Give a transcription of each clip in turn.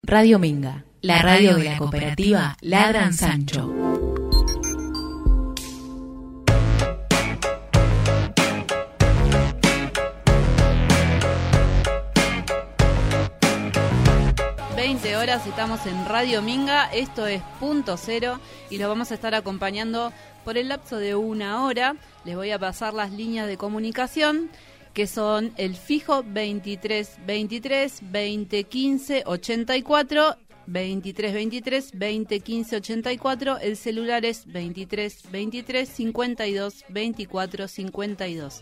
Radio Minga, la radio de la cooperativa Ladran Sancho. Horas, estamos en Radio Minga, esto es Punto Cero y los vamos a estar acompañando por el lapso de 1 hora. Les voy a pasar las líneas de comunicación que son el fijo 2323 2015 84, 2323 2015 84, el celular es 2323 52 24 52.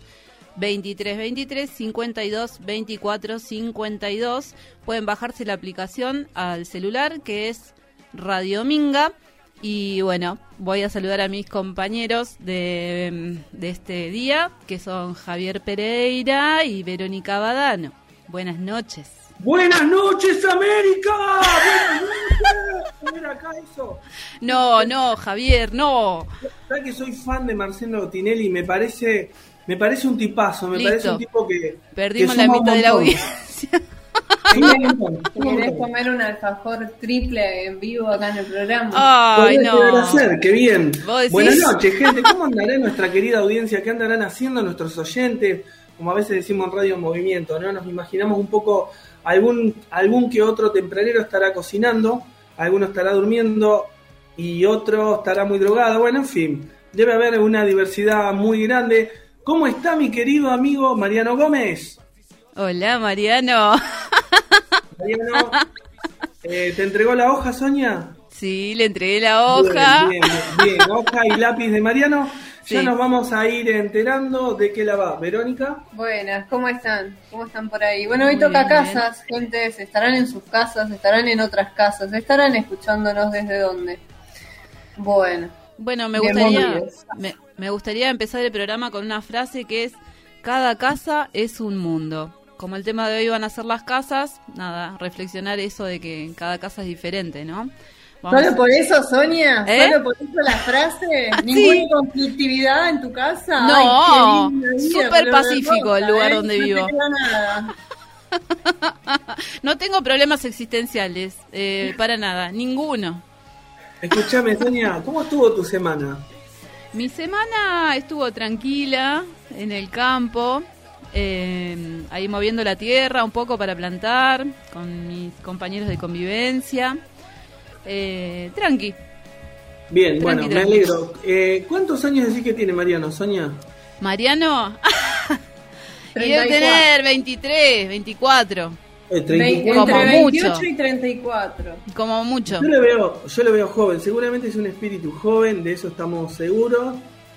2323 52 24 52. Pueden bajarse la aplicación al celular que es Radio Minga. Y bueno, voy a saludar a mis compañeros de este día, que son Javier Pereira y Verónica Badano. Buenas noches. ¡Buenas noches, América! ¡Buenas noches! ¿Cómo era acá eso? No, Javier, no. ¿Sabes que soy fan de Marcelo Tinelli? Me parece un tipazo, me parece un tipo que... Perdimos la mitad de la audiencia. ¿Querés comer un alfajor triple en vivo acá en el programa? Ay, no. Hacer, qué bien. Buenas noches, gente. ¿Cómo andará nuestra querida audiencia? ¿Qué andarán haciendo nuestros oyentes? Como a veces decimos en Radio Movimiento, ¿no? Nos imaginamos un poco, algún que otro tempranero estará cocinando, alguno estará durmiendo y otro estará muy drogado. Bueno, en fin, debe haber una diversidad muy grande. ¿Cómo está mi querido amigo Mariano Gómez? Hola, Mariano. Mariano, ¿te entregó la hoja, Sonia? Sí, le entregué la hoja. Bien, hoja y lápiz de Mariano. Sí. Ya nos vamos a ir enterando de qué la va. Verónica. Buenas, ¿cómo están? ¿Cómo están por ahí? Bueno, hoy toca casas, gente. Estarán en sus casas, estarán en otras casas, estarán escuchándonos desde dónde. Bueno, me gustaría empezar el programa con una frase que es: cada casa es un mundo. Como el tema de hoy van a ser las casas, nada, reflexionar eso de que cada casa es diferente, ¿no? ¿Solo por eso, Sonia? ¿Solo por eso la frase? ¿Ninguna conflictividad en tu casa? No, súper pacífico el lugar donde vivo. Nada. No tengo problemas existenciales, para nada, ninguno. Escúchame, Sonia, ¿cómo estuvo tu semana? Mi semana estuvo tranquila, en el campo, ahí moviendo la tierra un poco para plantar, con mis compañeros de convivencia. Tranqui. Bien, bueno, me alegro. ¿Cuántos años decís que tiene Mariano, Sonia? Mariano, debe tener 23, 24. Entre 28 y 34. Como mucho. Yo lo veo joven, seguramente es un espíritu joven, de eso estamos seguros.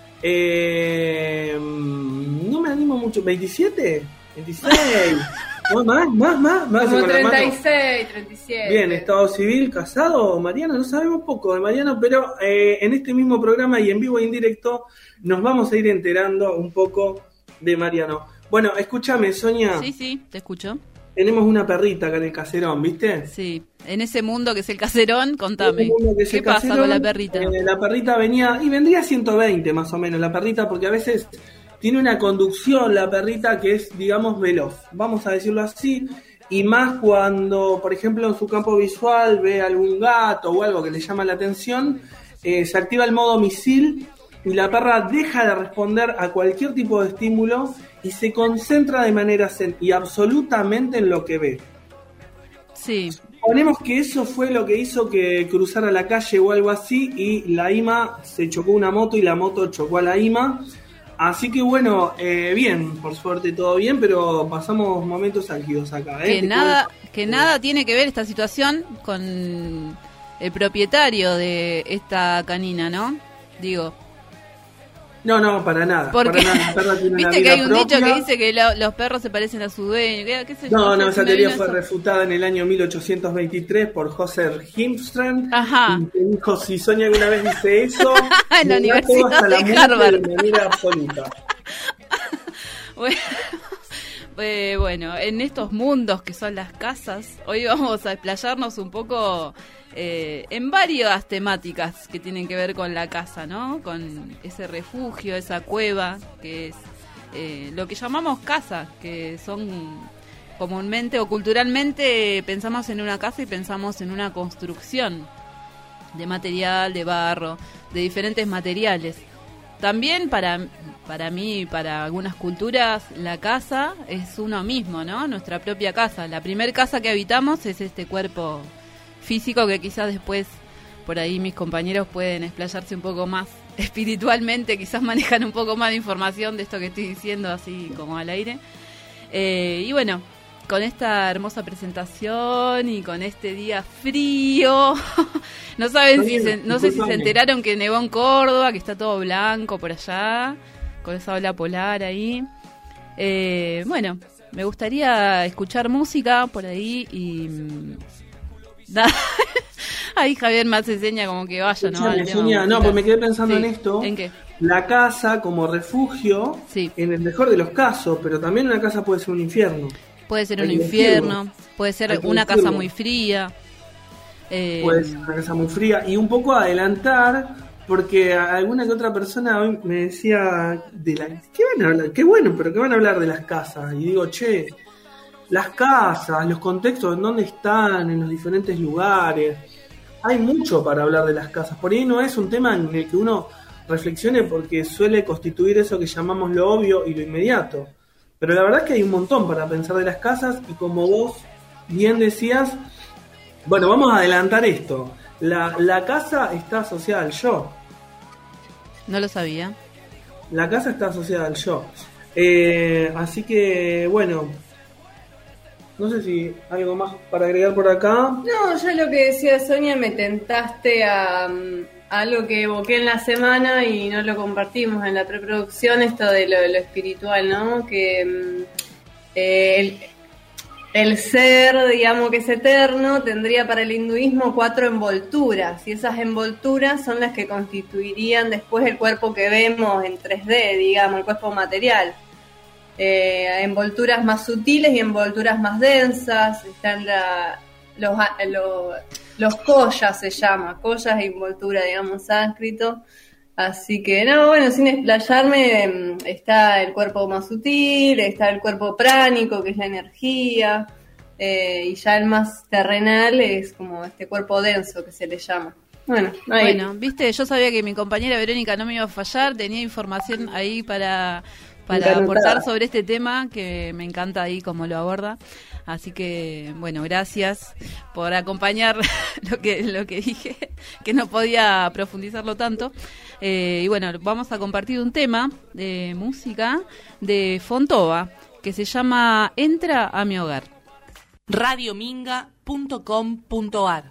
No me animo mucho. ¿27? ¿26? No, más. Como 36, 37. Bien, estado civil, casado, Mariano, no sabemos poco de Mariano, pero en este mismo programa y en vivo e indirecto nos vamos a ir enterando un poco de Mariano. Bueno, escúchame, Sonia. Sí, te escucho. Tenemos una perrita acá en el caserón, ¿viste? Sí, en ese mundo que es el caserón, contame. ¿Qué pasa con la perrita? La perrita vendría a 120 más o menos, la perrita, porque a veces tiene una conducción la perrita que es, digamos, veloz, vamos a decirlo así, y más cuando, por ejemplo, en su campo visual ve algún gato o algo que le llama la atención, se activa el modo misil y la perra deja de responder a cualquier tipo de estímulo y se concentra de manera zen y absolutamente en lo que ve. Sí. Ponemos que eso fue lo que hizo que cruzara la calle o algo así y la IMA se chocó una moto y la moto chocó a la IMA. Así que bueno, bien, por suerte todo bien, pero pasamos momentos álgidos acá. Que nada tiene que ver esta situación con el propietario de esta canina, ¿no? Digo. No, para nada. Porque viste que hay un propia. dicho que dice que los perros se parecen a su dueño. ¿Qué sé yo? No, esa teoría fue refutada en el año 1823 por José Himstrand. Ajá. Y dijo, si Sonia alguna vez dice eso, en la Universidad de Harvard. De manera absoluta. Bueno, en estos mundos que son las casas, hoy vamos a explayarnos un poco en varias temáticas que tienen que ver con la casa, ¿no? Con ese refugio, esa cueva, que es lo que llamamos casa, que son comúnmente o culturalmente pensamos en una casa y pensamos en una construcción de material, de barro, de diferentes materiales. También para mí y para algunas culturas la casa es uno mismo, ¿no? Nuestra propia casa. La primer casa que habitamos es este cuerpo físico que quizás después por ahí mis compañeros pueden explayarse un poco más espiritualmente, quizás manejan un poco más de información de esto que estoy diciendo así como al aire. Y bueno, con esta hermosa presentación y con este día frío, no saben no sé si se enteraron que nevó en Córdoba, que está todo blanco por allá, con esa ola polar ahí. Bueno, me gustaría escuchar música por ahí y nada. Ahí Javier me hace seña como que vaya, ¿no? No, pues me quedé pensando en esto. ¿En qué? La casa como refugio, en el mejor de los casos, pero también una casa puede ser un infierno. Puede ser un infierno, puede ser una casa muy fría. Puede ser una casa muy fría. Y un poco adelantar, porque alguna que otra persona hoy me decía, ¿qué van a hablar? Qué bueno, pero ¿qué van a hablar de las casas? Y digo, las casas, los contextos en dónde están, en los diferentes lugares. Hay mucho para hablar de las casas. Por ahí no es un tema en el que uno reflexione porque suele constituir eso que llamamos lo obvio y lo inmediato. Pero la verdad es que hay un montón para pensar de las casas y como vos bien decías, bueno, vamos a adelantar esto. La casa está asociada al yo. No lo sabía. La casa está asociada al yo. Así que, bueno, no sé si algo más para agregar por acá. No, yo lo que decía Sonia, me tentaste a algo que evoqué en la semana y no lo compartimos en la preproducción, esto de lo espiritual, ¿no? Que el ser, digamos, que es eterno, tendría para el hinduismo 4 envolturas, y esas envolturas son las que constituirían después el cuerpo que vemos en 3D, digamos, el cuerpo material. Envolturas más sutiles y envolturas más densas, están los koyas, se llama, koyas e envoltura, digamos, sánscrito. Así que, no, bueno, sin explayarme, está el cuerpo más sutil, está el cuerpo pránico, que es la energía, y ya el más terrenal es como este cuerpo denso que se le llama. Bueno, viste, yo sabía que mi compañera Verónica no me iba a fallar, tenía información ahí para aportar sobre este tema, que me encanta ahí como lo aborda. Así que, bueno, gracias por acompañar lo que dije, que no podía profundizarlo tanto. Y bueno, vamos a compartir un tema de música de Fontova, que se llama Entra a mi hogar. radiominga.com.ar.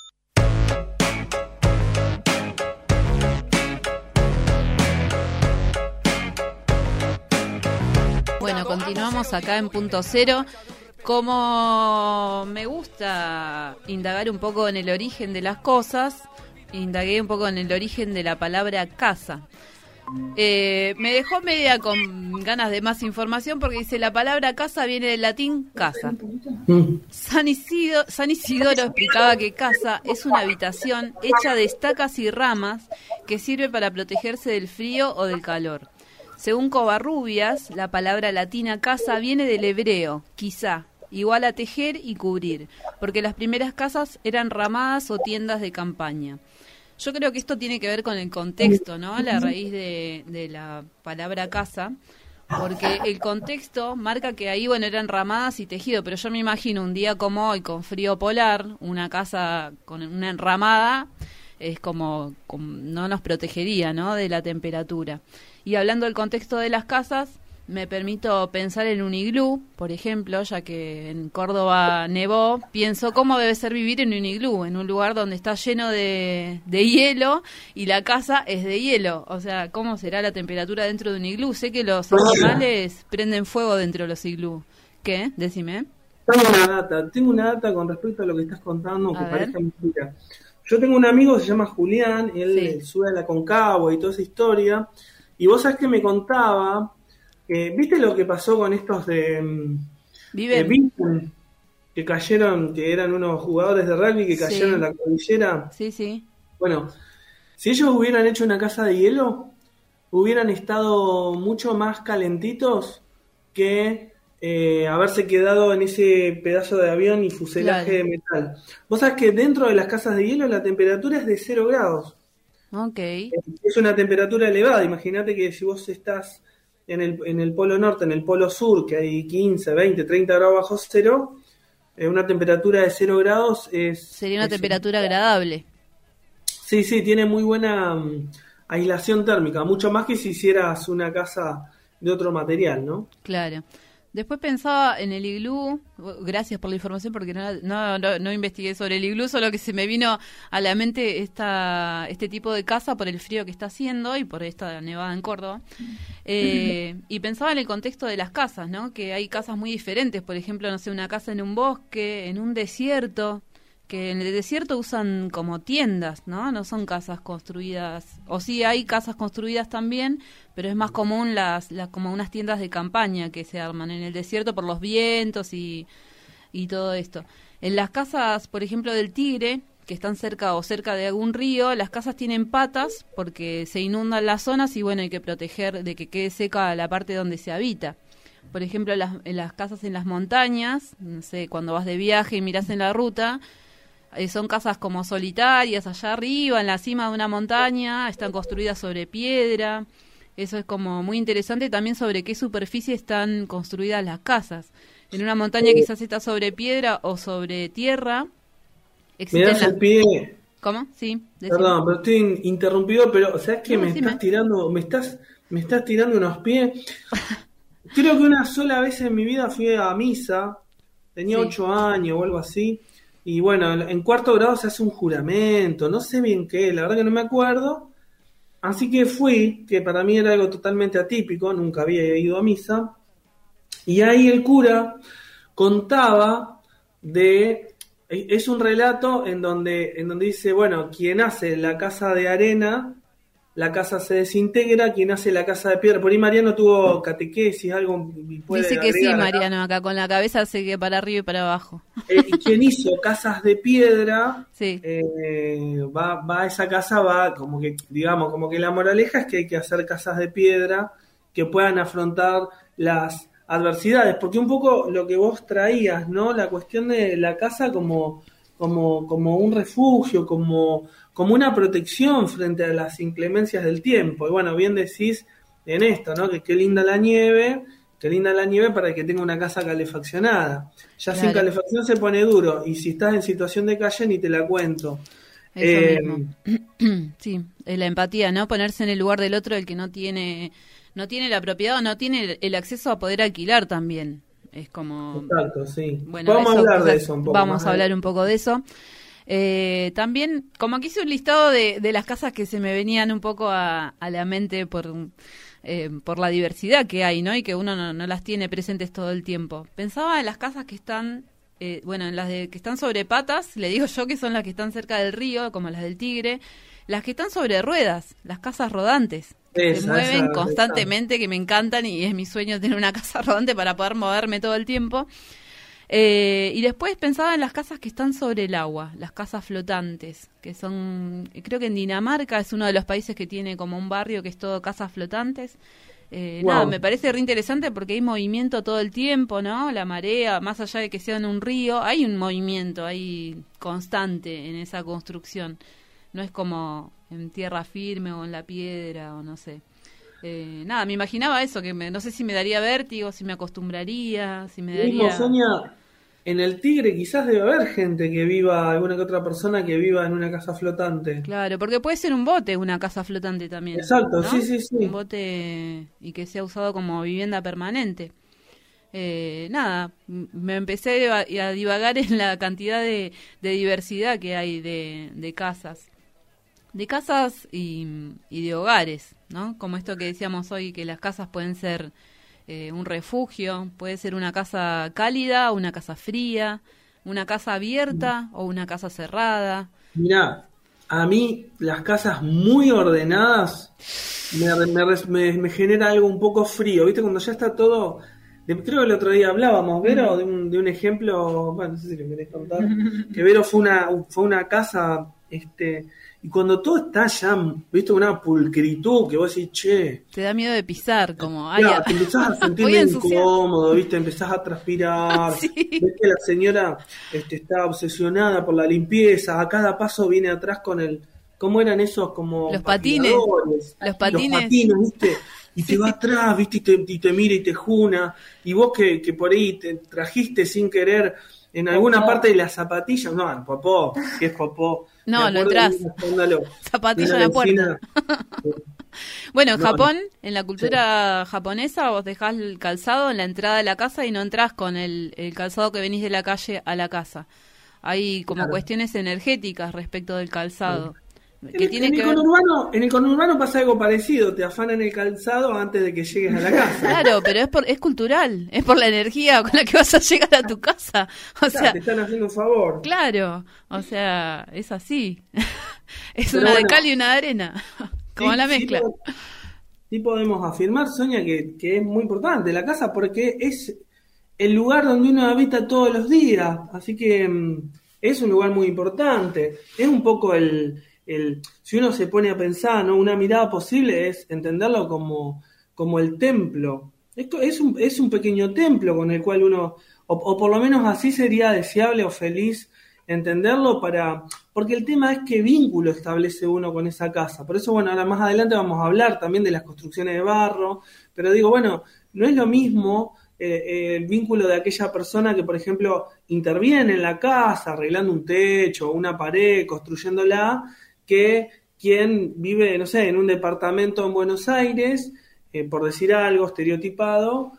Bueno, continuamos acá en Punto Cero. Como me gusta indagar un poco en el origen de las cosas, indagué un poco en el origen de la palabra casa. Me dejó media con ganas de más información porque dice la palabra casa viene del latín casa. San Isidoro explicaba que casa es una habitación hecha de estacas y ramas que sirve para protegerse del frío o del calor. Según Covarrubias, la palabra latina casa viene del hebreo, quizá, igual a tejer y cubrir, porque las primeras casas eran ramadas o tiendas de campaña. Yo creo que esto tiene que ver con el contexto, ¿no? La raíz de la palabra casa, porque el contexto marca que ahí, bueno, eran ramadas y tejido, pero yo me imagino un día como hoy, con frío polar, una casa con una enramada, es como no nos protegería, ¿no?, de la temperatura. Y hablando del contexto de las casas, me permito pensar en un iglú, por ejemplo, ya que en Córdoba nevó, pienso cómo debe ser vivir en un iglú, en un lugar donde está lleno de hielo y la casa es de hielo. O sea, ¿cómo será la temperatura dentro de un iglú? Sé que los animales prenden fuego dentro de los iglú. ¿Qué? Decime. Tengo una data con respecto a lo que estás contando, que parece mentira. Yo tengo un amigo que se llama Julián, él sube a la Concagua y toda esa historia, y vos sabés que me contaba, ¿viste lo que pasó con estos de Viven, que cayeron, que eran unos jugadores de rugby que cayeron en la cordillera? Sí. Bueno, si ellos hubieran hecho una casa de hielo, hubieran estado mucho más calentitos que haberse quedado en ese pedazo de avión y fuselaje de metal. Vos sabés que dentro de las casas de hielo la temperatura es de 0 grados. Ok. Es una temperatura elevada. Imagínate que si vos estás en el polo norte, en el polo sur, que hay 15, 20, 30 grados bajo cero, una temperatura de 0 grados sería una temperatura agradable. Sí, tiene muy buena aislación térmica, mucho más que si hicieras una casa de otro material, ¿no? Claro. Después pensaba en el iglú, gracias por la información porque no investigué sobre el iglú, solo que se me vino a la mente este tipo de casa por el frío que está haciendo y por esta nevada en Córdoba. Y pensaba en el contexto de las casas, ¿no? Que hay casas muy diferentes, por ejemplo, no sé, una casa en un bosque, en un desierto, que en el desierto usan como tiendas, ¿no? No son casas construidas, o sí hay casas construidas también, pero es más común como unas tiendas de campaña que se arman en el desierto por los vientos y todo esto. En las casas, por ejemplo, del Tigre, que están cerca de algún río, las casas tienen patas porque se inundan las zonas y bueno, hay que proteger de que quede seca la parte donde se habita. Por ejemplo, en las casas en las montañas, no sé, cuando vas de viaje y mirás en la ruta, son casas como solitarias allá arriba, en la cima de una montaña, están construidas sobre piedra. Eso es como muy interesante también sobre qué superficie están construidas las casas. En una montaña quizás está sobre piedra o sobre tierra. ¿Me das el pie? ¿Cómo? Sí. Decime. Perdón, pero estoy interrumpido, pero ¿sabes qué? Me estás tirando unos pies. Creo que una sola vez en mi vida fui a misa, tenía 8 años o algo así. Y bueno, en 4º grado se hace un juramento, no sé bien qué, la verdad que no me acuerdo. Así que fui, que para mí era algo totalmente atípico, nunca había ido a misa. Y ahí el cura contaba es un relato en donde dice, bueno, quien hace la casa de arena, la casa se desintegra, quien hace la casa de piedra. Por ahí Mariano tuvo catequesis, algo puede dice que sí, agregar Mariano, acá con la cabeza se que para arriba y para abajo. Y quien hizo casas de piedra, sí. Va a esa casa, va como que la moraleja es que hay que hacer casas de piedra que puedan afrontar las adversidades, porque un poco lo que vos traías, ¿no? La cuestión de la casa como un refugio, como una protección frente a las inclemencias del tiempo. Y bueno, bien decís en esto, ¿no? Que qué linda la nieve para que tenga una casa calefaccionada. Ya claro. Sin calefacción se pone duro, y si estás en situación de calle ni te la cuento. Eso mismo. Sí, la empatía, ¿no? Ponerse en el lugar del otro, el que no tiene la propiedad o no tiene el acceso a poder alquilar también. Es como... Exacto, sí. Bueno, vamos a hablar de eso un poco. Vamos a hablar un poco de eso. También, como que hice un listado de las casas que se me venían un poco a la mente por la diversidad que hay, ¿no? Y que uno no las tiene presentes todo el tiempo. Pensaba en las casas que están, en las que están sobre patas, le digo yo que son las que están cerca del río, como las del Tigre, las que están sobre ruedas, las casas rodantes. Se mueven constantemente, que me encantan y es mi sueño tener una casa rodante para poder moverme todo el tiempo. Y después pensaba en las casas que están sobre el agua, las casas flotantes, que son, creo que en Dinamarca es uno de los países que tiene como un barrio que es todo casas flotantes. Wow. Nada, me parece re interesante porque hay movimiento todo el tiempo, ¿no? La marea, más allá de que sea en un río, hay un movimiento ahí constante en esa construcción. No es como en tierra firme o en la piedra o no sé. Nada, me imaginaba eso, que no sé si me daría vértigo, si me acostumbraría, si me daría... Mismo, Sonia, en el Tigre quizás debe haber gente que viva, alguna que otra persona que viva en una casa flotante. Claro, porque puede ser un bote una casa flotante también. Exacto, ¿no? Sí. Un bote y que sea usado como vivienda permanente. Nada, me empecé a divagar en la cantidad de diversidad que hay de casas. De casas y de hogares, ¿no? Como esto que decíamos hoy, que las casas pueden ser un refugio, puede ser una casa cálida, una casa fría, una casa abierta o una casa cerrada. Mirá, a mí las casas muy ordenadas me genera algo un poco frío, ¿viste? Cuando ya está todo... Creo que el otro día hablábamos, Vero, de un ejemplo, bueno, no sé si le querés contar, que Vero fue una casa Y cuando todo está ya, viste, una pulcritud que vos decís, che. Te da miedo de pisar, como... Claro, te empezás a sentir incómodo, viste, empezás a transpirar. Sí. Ves que la señora está obsesionada por la limpieza, a cada paso viene atrás con el... ¿Cómo eran esos? Como los patines. Los patines, viste. Y te va atrás, viste, y te mira y te juna. Y vos que por ahí te trajiste sin querer en alguna parte de la zapatilla. No, el popó, ¿qué es popó? No, lo atrás. Zapatilla en la puerta. Bueno, en Japón, en la cultura japonesa, vos dejás el calzado en la entrada de la casa y no entrás con el calzado que venís de la calle a la casa. Hay como cuestiones energéticas respecto del calzado. En el conurbano pasa algo parecido, te afanan el calzado antes de que llegues a la casa. Claro, pero es cultural, es por la energía con la que vas a llegar a tu casa. O sea, te están haciendo un favor. Claro, o sea, es así. Es pero una de cal y una de arena, como la mezcla. Sí podemos afirmar, Sonia, que es muy importante la casa porque es el lugar donde uno habita todos los días, así que es un lugar muy importante. Es un poco si uno se pone a pensar, ¿no? Una mirada posible es entenderlo como el templo. Esto es un pequeño templo con el cual uno, o por lo menos así sería deseable o feliz entenderlo porque el tema es qué vínculo establece uno con esa casa. Por eso, bueno, ahora más adelante vamos a hablar también de las construcciones de barro, pero digo, bueno, no es lo mismo el vínculo de aquella persona que, por ejemplo, interviene en la casa, arreglando un techo, una pared, construyéndola, que quien vive, no sé, en un departamento en Buenos Aires, por decir algo, estereotipado,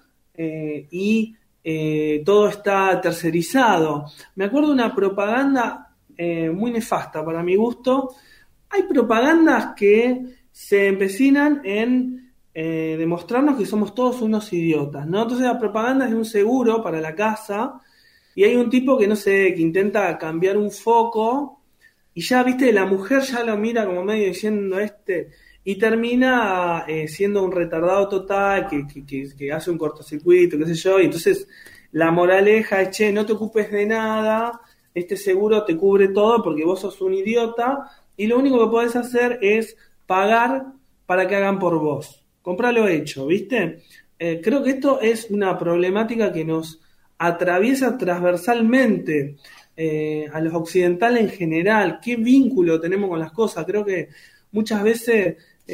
y todo está tercerizado. Me acuerdo de una propaganda muy nefasta para mi gusto. Hay propagandas que se empecinan en demostrarnos que somos todos unos idiotas, ¿no? Entonces la propaganda es de un seguro para la casa y hay un tipo que, no sé, que intenta cambiar un foco y ya, viste, la mujer ya lo mira como medio diciendo y termina siendo un retardado total que hace un cortocircuito, qué sé yo, y entonces la moraleja es, che, no te ocupes de nada, este seguro te cubre todo porque vos sos un idiota y lo único que podés hacer es pagar para que hagan por vos. Compralo hecho, ¿viste? Creo que esto es una problemática que nos atraviesa transversalmente a los occidentales en general. ¿Qué vínculo tenemos con las cosas? Creo que muchas veces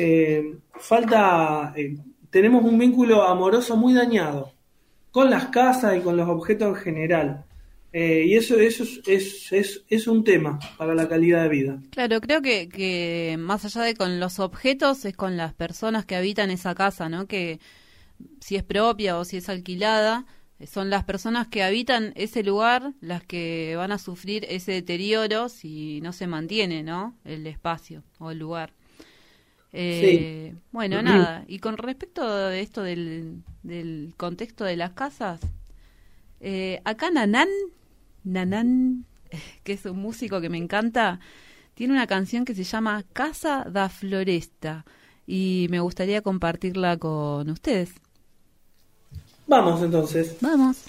tenemos un vínculo amoroso muy dañado con las casas y con los objetos en general. Y eso es un tema para la calidad de vida. Claro, creo que más allá de con los objetos, es con las personas que habitan esa casa, ¿no? Que si es propia o si es alquilada, son las personas que habitan ese lugar las que van a sufrir ese deterioro si no se mantiene, ¿no? El espacio o el lugar. Sí. Bueno, nada. Y con respecto a esto del contexto de las casas, acá Nanán, que es un músico que me encanta, tiene una canción que se llama Casa da Floresta y me gustaría compartirla con ustedes. Vamos entonces. Vamos.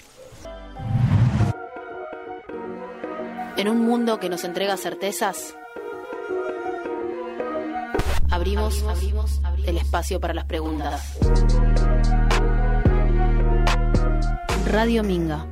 En un mundo que nos entrega certezas, abrimos el espacio para las preguntas. Radio Minga.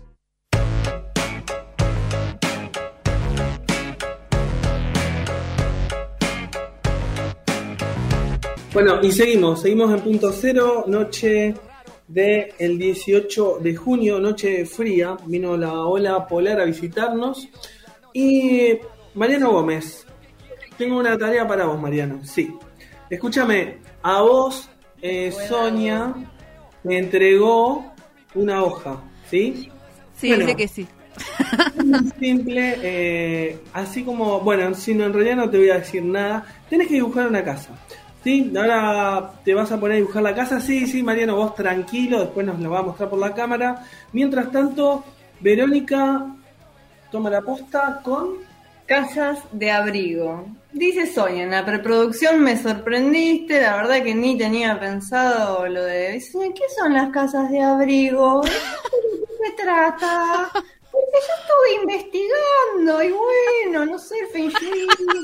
Bueno, y seguimos en Punto Cero, noche del 18 de junio, noche fría, vino la ola polar a visitarnos. Y Mariano Gómez, tengo una tarea para vos, Mariano, sí. Escúchame, a vos, Sonia, me entregó una hoja, ¿sí? Sí, bueno, dice que sí. Muy simple, así como, bueno, si no, en realidad no te voy a decir nada, tenés que dibujar una casa. ¿Sí? Ahora te vas a poner a dibujar la casa. Sí, Mariano, vos tranquilo, después nos lo va a mostrar por la cámara. Mientras tanto, Verónica toma la posta con casas de abrigo. Dice Sonia, en la preproducción me sorprendiste, la verdad que ni tenía pensado lo de... ¿Qué son las casas de abrigo? ¿De qué se trata? Porque yo estuve investigando y bueno, no sé, el Feng Shui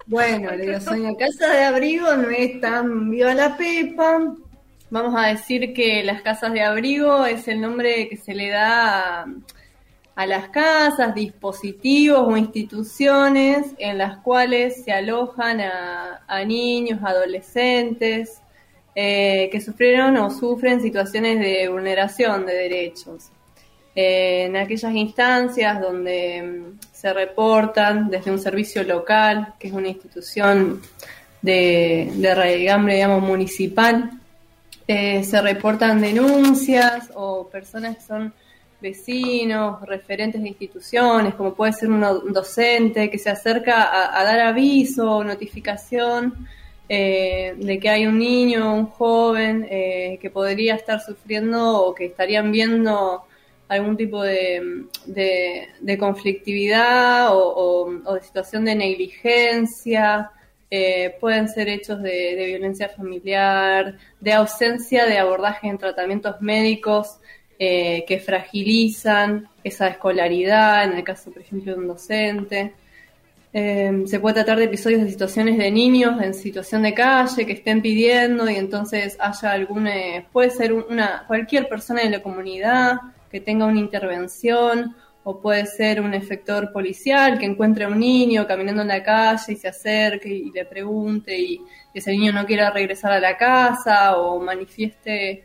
Bueno, le digo, Sonia, casa de abrigo no es tan viva la pepa. Vamos a decir que las casas de abrigo es el nombre que se le da a las casas, dispositivos o instituciones en las cuales se alojan a niños, adolescentes que sufrieron o sufren situaciones de vulneración de derechos. En aquellas instancias donde se reportan desde un servicio local, que es una institución de raigambre, digamos, municipal, se reportan denuncias o personas que son vecinos, referentes de instituciones, como puede ser un docente que se acerca a dar aviso o notificación de que hay un niño, un joven que podría estar sufriendo o que estarían viendo algún tipo de conflictividad o de situación de negligencia. Pueden ser hechos de violencia familiar, de ausencia de abordaje en tratamientos médicos que fragilizan esa escolaridad, en el caso, por ejemplo, de un docente. Se puede tratar de episodios de situaciones de niños en situación de calle que estén pidiendo y entonces haya puede ser cualquier persona de la comunidad que tenga una intervención, o puede ser un efector policial que encuentre a un niño caminando en la calle y se acerque y le pregunte y ese niño no quiera regresar a la casa o manifieste,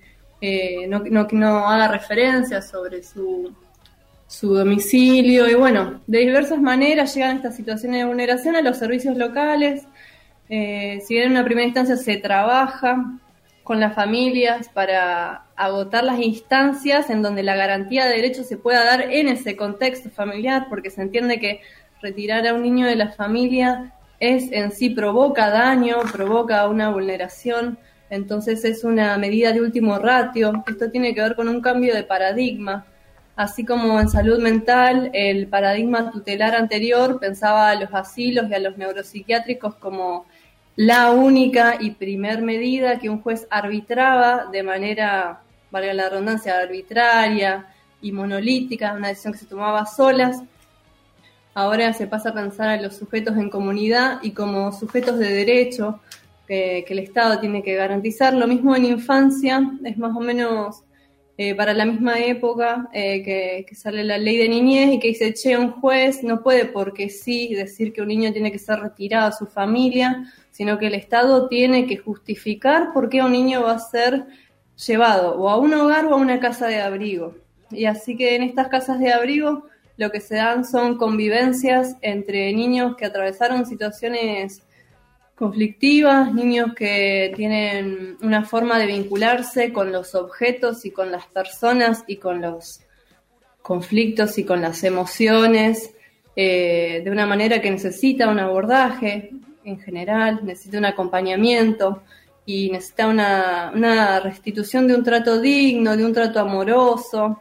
no haga referencia sobre su domicilio. Y bueno, de diversas maneras llegan estas situaciones de vulneración a los servicios locales. Si bien en una primera instancia se trabaja con las familias para agotar las instancias en donde la garantía de derechos se pueda dar en ese contexto familiar, porque se entiende que retirar a un niño de la familia en sí provoca daño, provoca una vulneración, entonces es una medida de último ratio. Esto tiene que ver con un cambio de paradigma. Así como en salud mental, el paradigma tutelar anterior pensaba a los asilos y a los neuropsiquiátricos como la única y primer medida que un juez arbitraba de manera, valga la redundancia, arbitraria y monolítica, una decisión que se tomaba a solas. Ahora se pasa a pensar a los sujetos en comunidad y como sujetos de derecho que el Estado tiene que garantizar. Lo mismo en infancia, es más o menos para la misma época que sale la ley de niñez y que dice, un juez no puede porque sí decir que un niño tiene que ser retirado a su familia, sino que el Estado tiene que justificar por qué un niño va a ser llevado o a un hogar o a una casa de abrigo. Y así que en estas casas de abrigo lo que se dan son convivencias entre niños que atravesaron situaciones conflictivas, niños que tienen una forma de vincularse con los objetos y con las personas y con los conflictos y con las emociones de una manera que necesita un abordaje en general, necesita un acompañamiento y necesita una restitución de un trato digno, de un trato amoroso.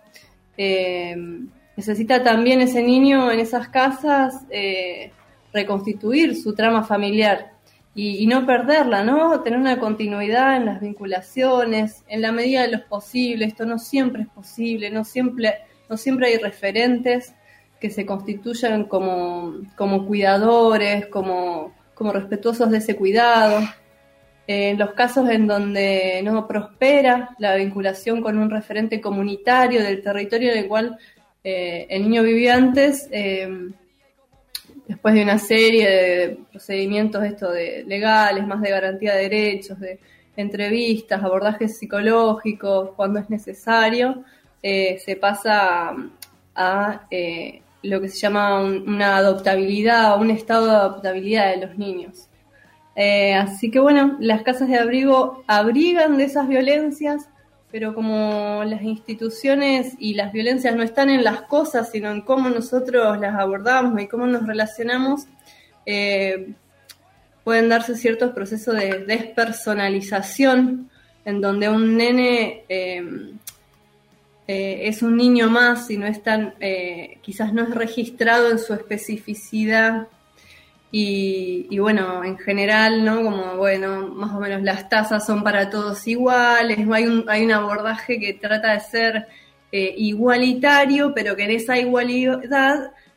Necesita también ese niño en esas casas reconstituir su trama familiar y no perderla, ¿no? Tener una continuidad en las vinculaciones, en la medida de lo posible. Esto no siempre es posible, no siempre hay referentes que se constituyan como cuidadores, como respetuosos de ese cuidado. En los casos en donde no prospera la vinculación con un referente comunitario del territorio en el cual el niño vivía antes, después de una serie de procedimientos legales, más de garantía de derechos, de entrevistas, abordajes psicológicos, cuando es necesario, se pasa a lo que se llama una adoptabilidad o un estado de adoptabilidad de los niños. Así que bueno, las casas de abrigo abrigan de esas violencias, pero como las instituciones y las violencias no están en las cosas, sino en cómo nosotros las abordamos y cómo nos relacionamos, pueden darse ciertos procesos de despersonalización, en donde un nene es un niño más y no es tan, quizás no es registrado en su especificidad. Y bueno, en general, ¿no? Como, bueno, más o menos las tasas son para todos iguales, hay un abordaje que trata de ser igualitario, pero que en esa igualdad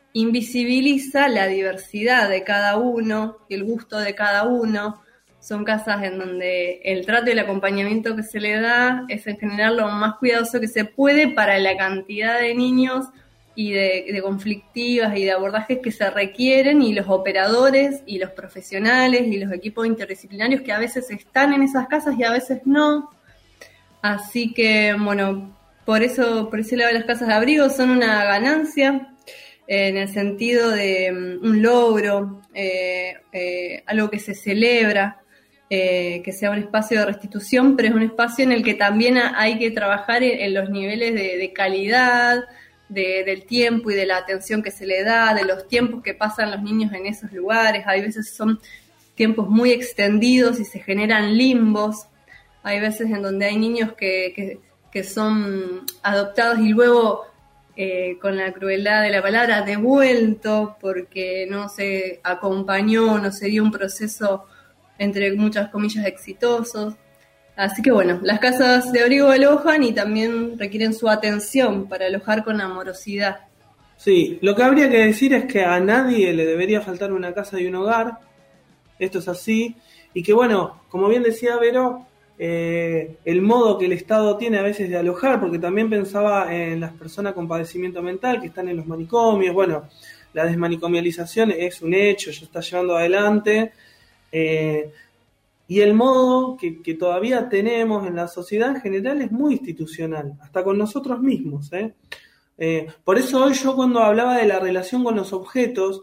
invisibiliza la diversidad de cada uno y el gusto de cada uno. Son casas en donde el trato y el acompañamiento que se le da es en general lo más cuidadoso que se puede para la cantidad de niños y de conflictivas y de abordajes que se requieren, y los operadores y los profesionales y los equipos interdisciplinarios que a veces están en esas casas y a veces no. Así que, bueno, por ese lado las casas de abrigo son una ganancia en el sentido de un logro, algo que se celebra, que sea un espacio de restitución, pero es un espacio en el que también hay que trabajar en los niveles de calidad, del tiempo y de la atención que se le da, de los tiempos que pasan los niños en esos lugares. Hay veces son tiempos muy extendidos y se generan limbos. Hay veces en donde hay niños que son adoptados y luego, con la crueldad de la palabra, devuelto porque no se acompañó, no se dio un proceso, entre muchas comillas, exitosos. Así que bueno, las casas de abrigo alojan y también requieren su atención para alojar con amorosidad. Sí, lo que habría que decir es que a nadie le debería faltar una casa y un hogar. Esto es así. Y que bueno, como bien decía Vero, el modo que el Estado tiene a veces de alojar, porque también pensaba en las personas con padecimiento mental que están en los manicomios. Bueno, la desmanicomialización es un hecho, ya está llevando adelante. Y el modo que todavía tenemos en la sociedad en general es muy institucional, hasta con nosotros mismos. Por eso hoy yo, cuando hablaba de la relación con los objetos,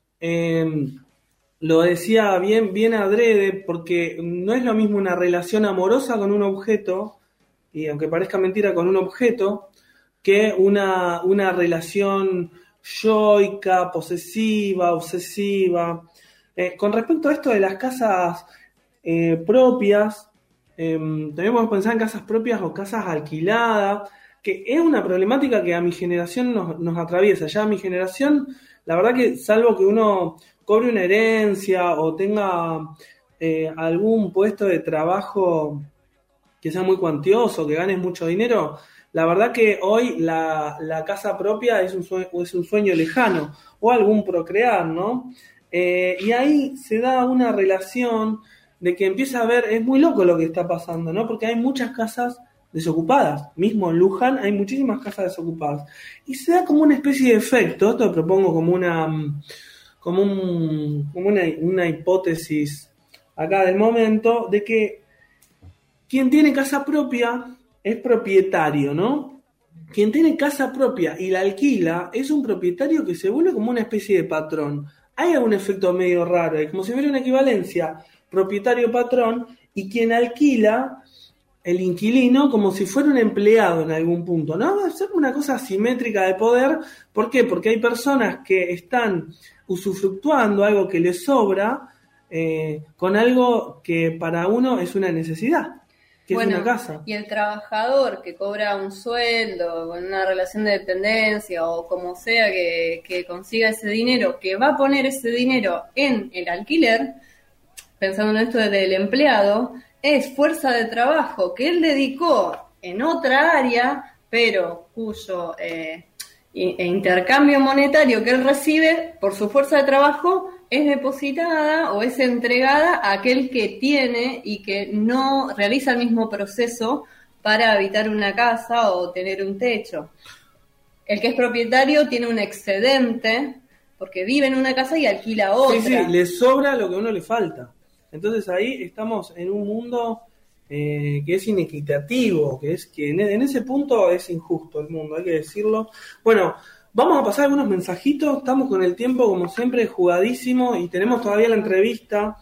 lo decía bien adrede, porque no es lo mismo una relación amorosa con un objeto, y aunque parezca mentira, con un objeto, que una relación yoica, posesiva, obsesiva. Con respecto a esto de las casas propias, debemos pensar en casas propias o casas alquiladas, que es una problemática que a mi generación nos atraviesa. Ya a mi generación, la verdad que salvo que uno cobre una herencia o tenga algún puesto de trabajo que sea muy cuantioso, que ganes mucho dinero, la verdad que hoy la casa propia es un sueño lejano, o algún procrear, ¿no? Y ahí se da una relación de que empieza a ver, es muy loco lo que está pasando, ¿no? Porque hay muchas casas desocupadas. Mismo en Luján hay muchísimas casas desocupadas. Y se da como una especie de efecto, esto lo propongo como una hipótesis acá del momento, de que quien tiene casa propia es propietario, ¿no? Quien tiene casa propia y la alquila es un propietario que se vuelve como una especie de patrón. Hay algún efecto medio raro, es como si hubiera una equivalencia propietario-patrón, y quien alquila, el inquilino, como si fuera un empleado en algún punto, ¿no? Va a ser una cosa asimétrica de poder. ¿Por qué? Porque hay personas que están usufructuando algo que les sobra con algo que para uno es una necesidad, que es una casa. Y el trabajador que cobra un sueldo, con una relación de dependencia o como sea que consiga ese dinero, que va a poner ese dinero en el alquiler, pensando en esto del empleado, es fuerza de trabajo que él dedicó en otra área, pero cuyo intercambio monetario que él recibe por su fuerza de trabajo es depositada o es entregada a aquel que tiene y que no realiza el mismo proceso para habitar una casa o tener un techo. El que es propietario tiene un excedente porque vive en una casa y alquila otra. Sí, le sobra lo que a uno le falta. Entonces ahí estamos en un mundo que es inequitativo, que en ese punto es injusto el mundo, hay que decirlo. Bueno, vamos a pasar algunos mensajitos, estamos con el tiempo como siempre jugadísimo y tenemos todavía la entrevista.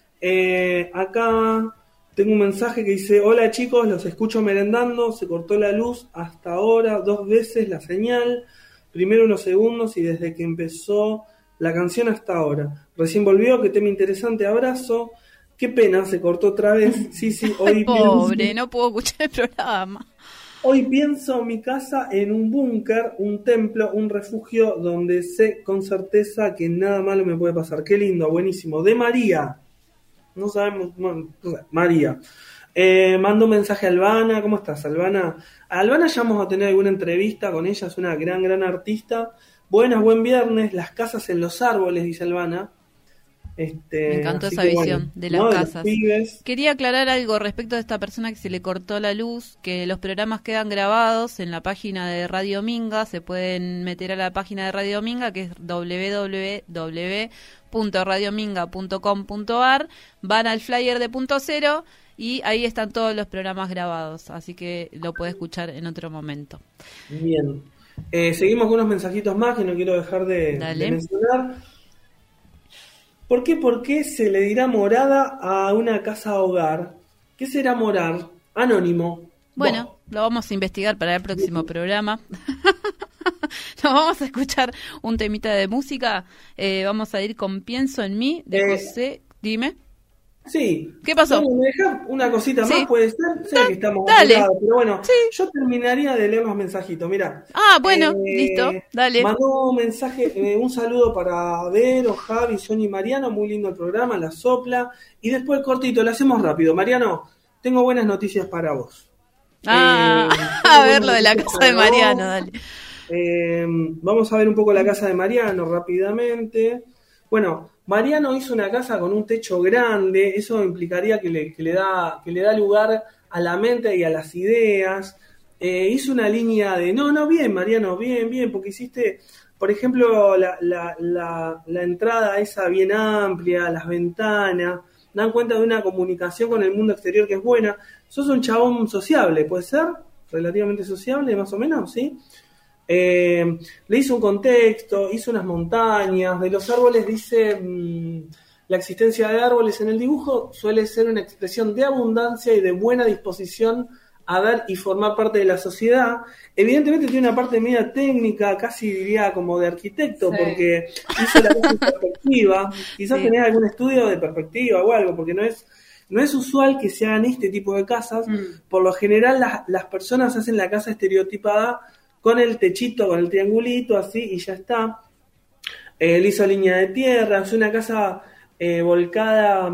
Acá tengo un mensaje que dice: hola chicos, los escucho merendando, se cortó la luz hasta ahora 2 veces la señal, primero unos segundos y desde que empezó la canción hasta ahora. Recién volvió, qué tema interesante, abrazo. Qué pena, se cortó otra vez. Sí, hoy pobre, no puedo escuchar el programa. Hoy pienso mi casa en un búnker, un templo, un refugio donde sé con certeza que nada malo me puede pasar. Qué lindo, buenísimo. De María. No sabemos, María. Mando un mensaje a Albana. ¿Cómo estás, Albana? A Albana ya vamos a tener alguna entrevista con ella, es una gran artista. Buenas, buen viernes, las casas en los árboles, dice Albana. Me encantó esa visión de las casas. Quería aclarar algo respecto de esta persona que se le cortó la luz, que los programas quedan grabados en la página de Radio Minga. Se pueden meter a la página de Radio Minga, que es www.radiominga.com.ar, van al flyer de Punto Cero y ahí están todos los programas grabados, así que lo puede escuchar en otro momento. Bien, seguimos con unos mensajitos más que no quiero dejar de mencionar. ¿Por qué se le dirá morada a una casa hogar? ¿Qué será morar? Anónimo. Bueno, lo vamos a investigar para el próximo programa. Nos vamos a escuchar un temita de música. Vamos a ir con Pienso en mí, de José. Dime. Sí. ¿Qué pasó? ¿Me dejas una cosita más? ¿Puede ser? Sé que estamos dale. Apurados, pero bueno, yo terminaría de leer los mensajitos. Mirá. Bueno, listo, dale. Mandó un mensaje, un saludo para Vero, Javi, Sonia y Mariano. Muy lindo el programa, la sopla. Y después cortito, lo hacemos rápido. Mariano, tengo buenas noticias para vos. A ver lo de la casa de Mariano, dale. Vamos a ver un poco la casa de Mariano rápidamente. Bueno, Mariano hizo una casa con un techo grande, eso implicaría que le da lugar a la mente y a las ideas. Hizo una línea de... No, bien, Mariano, bien, porque hiciste, por ejemplo, la entrada esa bien amplia, las ventanas, dan cuenta de una comunicación con el mundo exterior que es buena. Sos un chabón sociable, ¿puede ser? Relativamente sociable, más o menos, ¿sí? Le hizo un contexto, hizo unas montañas, de los árboles dice, la existencia de árboles en el dibujo suele ser una expresión de abundancia y de buena disposición a dar y formar parte de la sociedad. Evidentemente tiene una parte media técnica, casi diría como de arquitecto, porque hizo la cosa en perspectiva, quizás tenés algún estudio de perspectiva o algo, porque no es usual que se hagan este tipo de casas. Por lo general las personas hacen la casa estereotipada con el techito, con el triangulito, así, y ya está. Le hizo línea de tierra, es una casa volcada...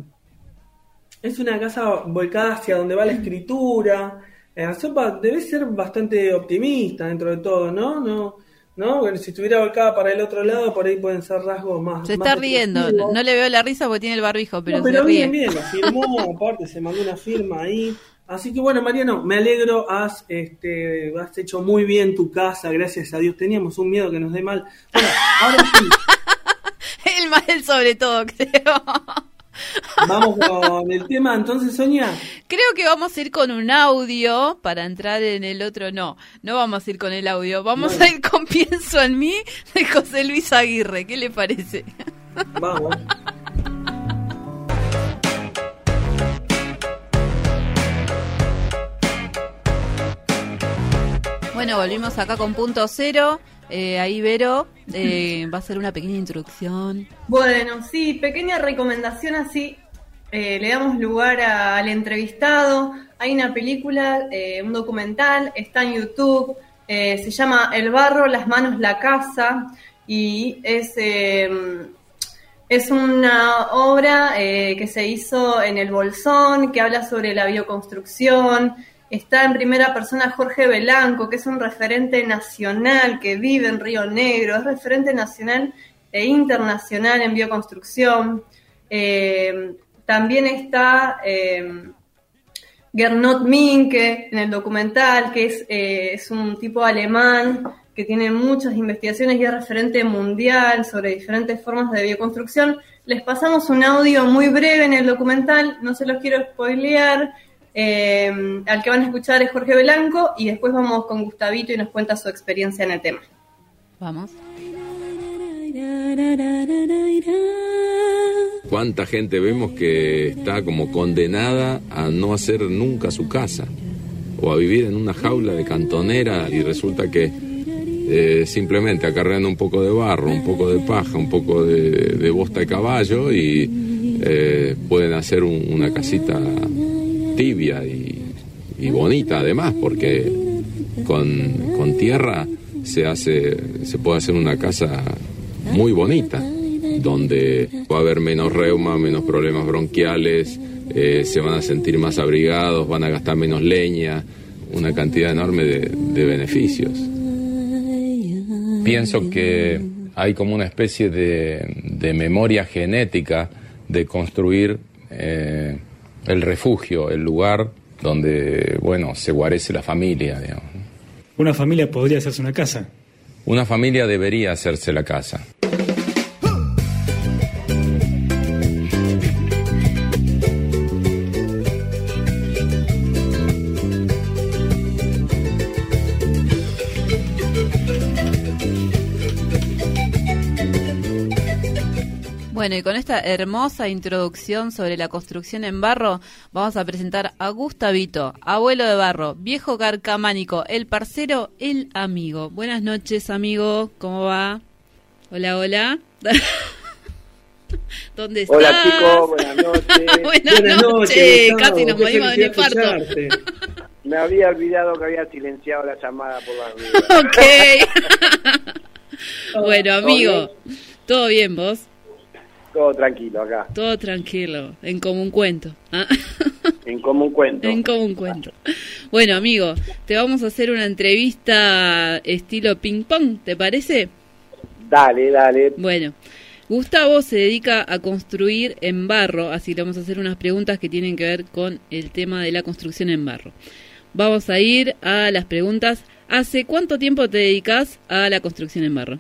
Es una casa volcada hacia donde va la escritura. La sopa debe ser bastante optimista dentro de todo, ¿no? No, bueno, si estuviera volcada para el otro lado, por ahí pueden ser rasgos más... Se está riendo, no le veo la risa porque tiene el barbijo, pero se ríe. Bien, la firmó, aparte se mandó una firma ahí. Así que bueno, Mariano, me alegro, has hecho muy bien tu casa, gracias a Dios. Teníamos un miedo que nos dé mal. Bueno, ahora sí. El mal sobre todo, creo. Vamos con el tema, entonces, Sonia. Creo que vamos a ir con un audio para entrar en el otro. No vamos a ir con el audio. Vamos a ir con Pienso en mí de José Luis Aguirre. ¿Qué le parece? Vamos. Bueno, volvimos acá con Punto Cero. Ahí Vero va a hacer una pequeña introducción. Bueno, sí, pequeña recomendación así. Le damos lugar al entrevistado. Hay una película, un documental, está en YouTube. Se llama El barro, las manos, la casa. Y es una obra que se hizo en el Bolsón, que habla sobre la bioconstrucción. Está en primera persona Jorge Belanco, que es un referente nacional que vive en Río Negro, es referente nacional e internacional en bioconstrucción. También está Gernot Minke en el documental, que es un tipo alemán que tiene muchas investigaciones y es referente mundial sobre diferentes formas de bioconstrucción. Les pasamos un audio muy breve en el documental, no se los quiero spoilear. Al que van a escuchar es Jorge Belanco y después vamos con Gustavito y nos cuenta su experiencia en el tema. Vamos. ¿Cuánta gente vemos que está como condenada a no hacer nunca su casa? O a vivir en una jaula de cantonera y resulta que simplemente acarreando un poco de barro, un poco de paja, un poco de bosta de caballo y pueden hacer una casita tibia y bonita además, porque con tierra se puede hacer una casa muy bonita, donde va a haber menos reuma, menos problemas bronquiales, se van a sentir más abrigados, van a gastar menos leña, una cantidad enorme de beneficios. pienso que hay como una especie de memoria genética de construir el refugio, el lugar donde, bueno, se guarece la familia, digamos. Una familia podría hacerse una casa. Una familia debería hacerse la casa. Bueno, y con esta hermosa introducción sobre la construcción en barro, vamos a presentar a Gustavito, abuelo de barro, viejo carcamánico, el parcero, el amigo. Buenas noches, amigo, ¿cómo va? Hola, hola. ¿Dónde estás? Hola, chicos, buenas noches. Buenas noches, casi nos morimos de infarto. Me había olvidado que había silenciado la llamada por la rueda. Ok. Bueno, amigo, ¿todo bien vos? Todo tranquilo acá. Todo tranquilo, en común cuento. ¿Ah? En común cuento. En común cuento. Bueno, amigo, te vamos a hacer una entrevista estilo ping pong, ¿te parece? Dale, dale. Bueno, Gustavo se dedica a construir en barro, así le vamos a hacer unas preguntas que tienen que ver con el tema de la construcción en barro. Vamos a ir a las preguntas. ¿Hace cuánto tiempo te dedicas a la construcción en barro?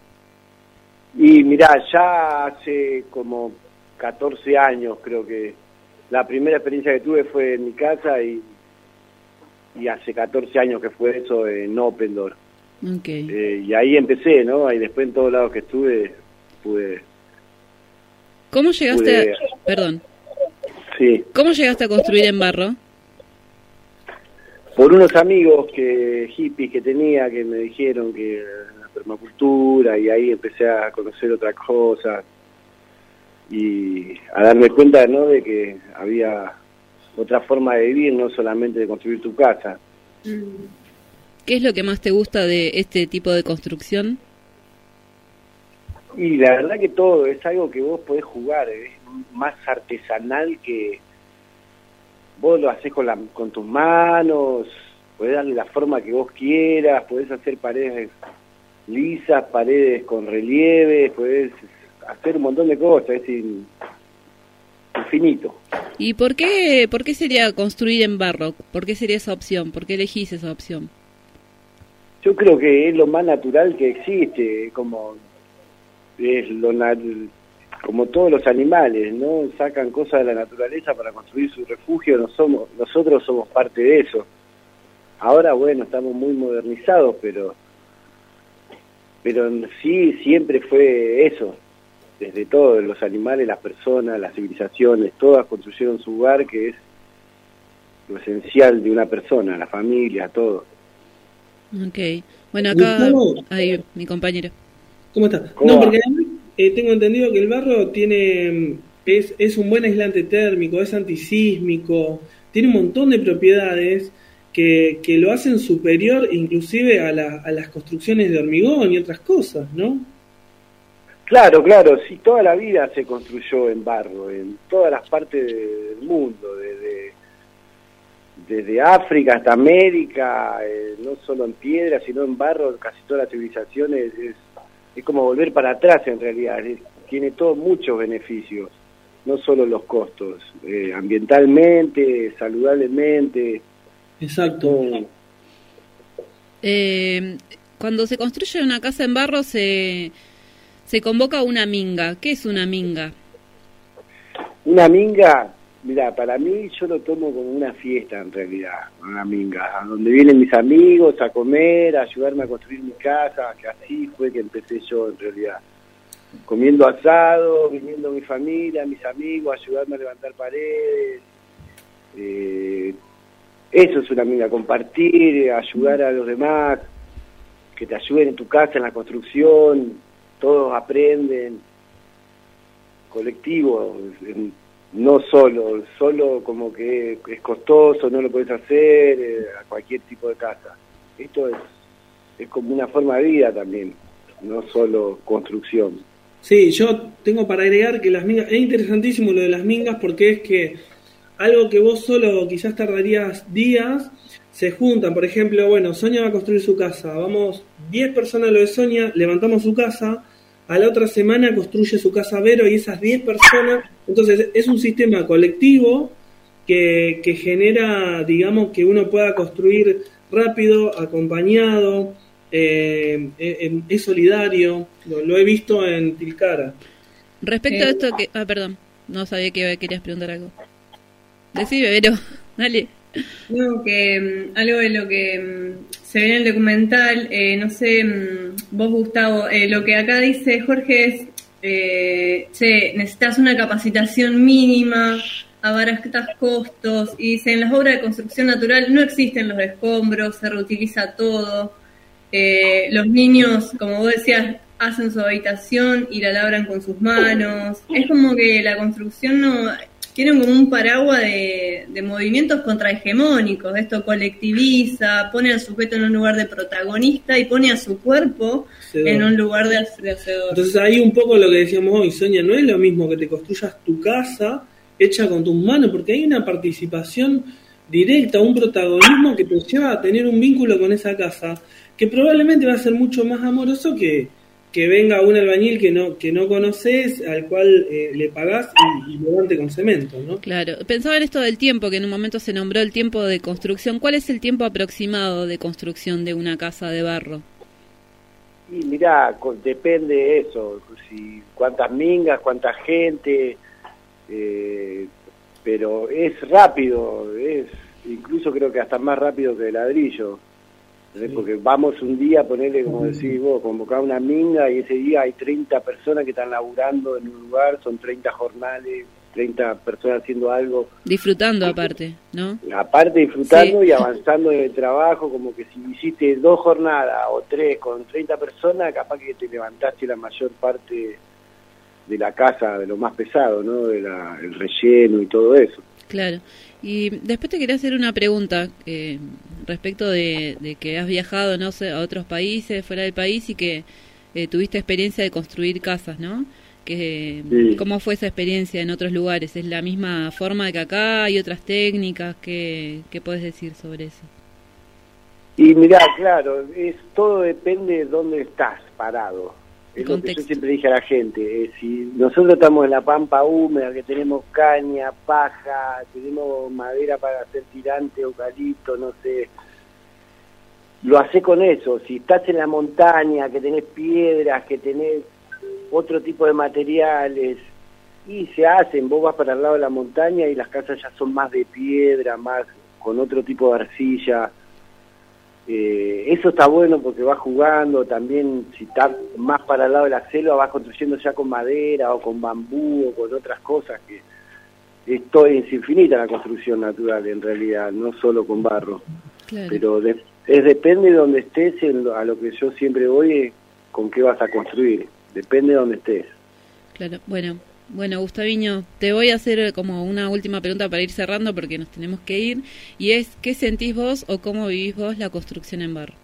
Y mirá, ya hace como 14 años creo que la primera experiencia que tuve fue en mi casa y hace 14 años que fue eso en Open Door. Okay. Y ahí empecé, ¿no? Y después en todos lados que estuve pude... ¿Cómo llegaste Perdón. Sí. ¿Cómo llegaste a construir en barro? Por unos amigos hippies que tenía que me dijeron que la permacultura, y ahí empecé a conocer otras cosas y a darme cuenta, ¿no?, de que había otra forma de vivir, no solamente de construir tu casa. ¿Qué es lo que más te gusta de este tipo de construcción? Y la verdad que todo, es algo que vos podés jugar, es más artesanal que... Vos lo hacés con tus manos, podés darle la forma que vos quieras, podés hacer paredes lisas, paredes con relieves, podés hacer un montón de cosas, es infinito. ¿Y por qué sería construir en barro? ¿Por qué sería esa opción? ¿Por qué elegís esa opción? Yo creo que es lo más natural que existe, como todos los animales, ¿no? Sacan cosas de la naturaleza para construir su refugio, nosotros somos parte de eso. Ahora, bueno, estamos muy modernizados, pero sí, siempre fue eso. Desde todos los animales, las personas, las civilizaciones, todas construyeron su hogar, que es lo esencial de una persona, la familia, todo. Ok. Bueno, acá... Ahí, mi compañero. ¿Cómo estás? No, porque tengo entendido que el barro es un buen aislante térmico, es antisísmico, tiene un montón de propiedades que lo hacen superior inclusive a las construcciones de hormigón y otras cosas, ¿no? Claro, sí, toda la vida se construyó en barro, en todas las partes del mundo, desde África hasta América, no solo en piedra, sino en barro, casi todas las civilizaciones, es como volver para atrás en realidad, tiene muchos beneficios, no solo los costos, ambientalmente, saludablemente. Exacto. Cuando se construye una casa en barro se convoca una minga. ¿Qué es una minga? Una minga, mira, para mí yo lo tomo como una fiesta en realidad, una minga, a donde vienen mis amigos a comer, a ayudarme a construir mi casa, que así fue que empecé yo en realidad. Comiendo asado, viniendo mi familia, mis amigos, ayudarme a levantar paredes. Eso es una minga, compartir, ayudar a los demás, que te ayuden en tu casa, en la construcción, todos aprenden, colectivo, no solo como que es costoso, no lo puedes hacer a cualquier tipo de casa. Esto es como una forma de vida también, no solo construcción. Sí, yo tengo para agregar que las mingas, es interesantísimo lo de las mingas porque es que algo que vos solo quizás tardarías días, se juntan, por ejemplo, bueno, Sonia va a construir su casa, vamos 10 personas a lo de Sonia, levantamos su casa, a la otra semana construye su casa Vero y esas 10 personas, entonces es un sistema colectivo que genera, digamos, que uno pueda construir rápido, acompañado, es solidario, lo he visto en Tilcara. Respecto a esto que... perdón, no sabía que querías preguntar algo. Decime, Vero, dale. No, que algo de lo que se ve en el documental, no sé, vos Gustavo, lo que acá dice Jorge es, necesitas una capacitación mínima, abaratas costos, y dice, en las obras de construcción natural no existen los escombros, se reutiliza todo, los niños, como vos decías, hacen su habitación y la labran con sus manos, es como que la construcción no... Tienen como un paraguas de movimientos contrahegemónicos. Esto colectiviza, pone al sujeto en un lugar de protagonista y pone a su cuerpo en un lugar de hacedor. Entonces ahí un poco lo que decíamos hoy, Sonia, no es lo mismo que te construyas tu casa hecha con tus manos, porque hay una participación directa, un protagonismo que te lleva a tener un vínculo con esa casa, que probablemente va a ser mucho más amoroso que venga un albañil que no conoces, al cual le pagás y levante con cemento, ¿no? Claro. Pensaba en esto del tiempo, que en un momento se nombró el tiempo de construcción. ¿Cuál es el tiempo aproximado de construcción de una casa de barro? Y mirá, depende de eso, cuántas mingas, cuánta gente, pero es rápido, incluso creo que hasta más rápido que el ladrillo. Porque vamos un día a ponerle, como decís vos, convocar una minga y ese día hay 30 personas que están laburando en un lugar, son 30 jornales, 30 personas haciendo algo. Disfrutando aparte, ¿no? Aparte disfrutando y avanzando en el trabajo, como que si hiciste 2 jornadas o 3 con 30 personas, capaz que te levantaste la mayor parte de la casa, de lo más pesado, ¿no? El relleno y todo eso. Claro. Y después te quería hacer una pregunta respecto de que has viajado, no sé, a otros países, fuera del país, y que tuviste experiencia de construir casas, ¿no? Sí. ¿Cómo fue esa experiencia en otros lugares? ¿Es la misma forma que acá? ¿Hay otras técnicas? ¿Qué puedes decir sobre eso? Y mirá, claro, todo depende de dónde estás parado. Es lo que yo siempre dije a la gente, si nosotros estamos en la pampa húmeda, que tenemos caña, paja, tenemos madera para hacer tirante, eucalipto, no sé, lo hacés con eso. Si estás en la montaña, que tenés piedras, que tenés otro tipo de materiales, y se hacen, vos vas para el lado de la montaña y las casas ya son más de piedra, más con otro tipo de arcilla. Eso está bueno porque vas jugando también. Si estás más para el lado de la selva, vas construyendo ya con madera o con bambú o con otras cosas, que esto es infinita la construcción natural en realidad, no solo con barro. Claro. Pero depende de donde estés, a lo que yo siempre voy es con qué vas a construir, depende de donde estés. Claro, bueno, Gustaviño, te voy a hacer como una última pregunta para ir cerrando porque nos tenemos que ir, y es, ¿qué sentís vos o cómo vivís vos la construcción en barro?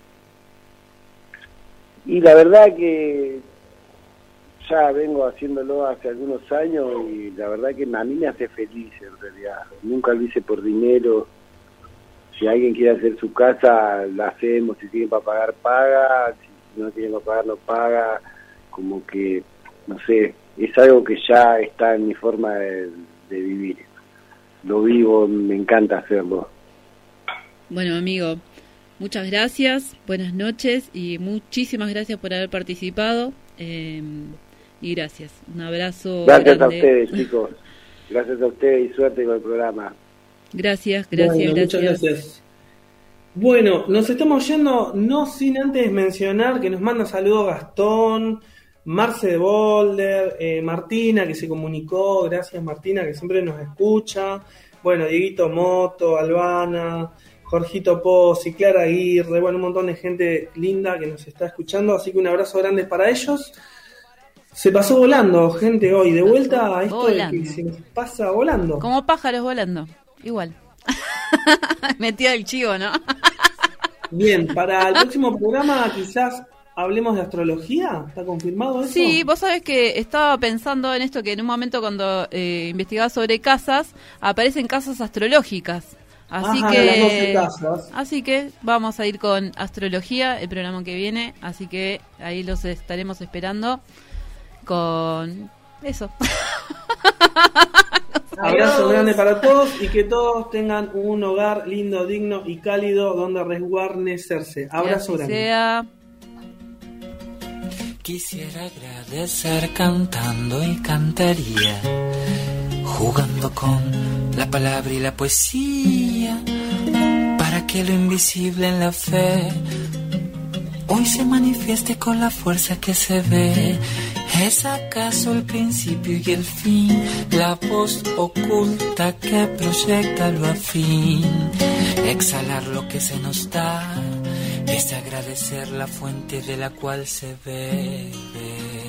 Y la verdad que ya vengo haciéndolo hace algunos años y la verdad que a mí me hace feliz en realidad. Nunca lo hice por dinero. Si alguien quiere hacer su casa, la hacemos. Si tiene para pagar, paga. Si no tiene para pagar, no paga. Como que, no sé, es algo que ya está en mi forma de vivir. Lo vivo, me encanta hacerlo. Bueno, amigo, muchas gracias, buenas noches y muchísimas gracias por haber participado. Y gracias, un abrazo. Gracias grande. A ustedes, chicos. Gracias a ustedes y suerte con el programa. Gracias. Muchas gracias. Bueno, nos estamos yendo, no sin antes mencionar que nos manda saludos Gastón, Marce de Boulder, Martina que se comunicó, gracias Martina que siempre nos escucha, bueno, Dieguito Moto, Albana, Jorgito Pozzi, Clara Aguirre, bueno, un montón de gente linda que nos está escuchando, así que un abrazo grande para ellos. Se pasó volando, gente, hoy, de vuelta a esto volando. De que se nos pasa volando. Como pájaros volando, igual. Metido el chivo, ¿no? Bien, para el próximo programa quizás hablemos de astrología, ¿está confirmado eso? Sí, vos sabés que estaba pensando en esto, que en un momento cuando investigaba sobre casas, aparecen casas astrológicas. Así Ajá, que las 12 casas. así que vamos a ir con astrología el programa que viene, así que ahí los estaremos esperando con eso. Abrazo grande para todos y que todos tengan un hogar lindo, digno y cálido donde resguarnecerse. Abrazo Que así grande. sea. Quisiera agradecer cantando y cantaría, jugando con la palabra y la poesía, para que lo invisible en la fe hoy se manifieste con la fuerza que se ve. ¿Es acaso el principio y el fin, la voz oculta que proyecta lo afín? Exhalar lo que se nos da es agradecer la fuente de la cual se bebe.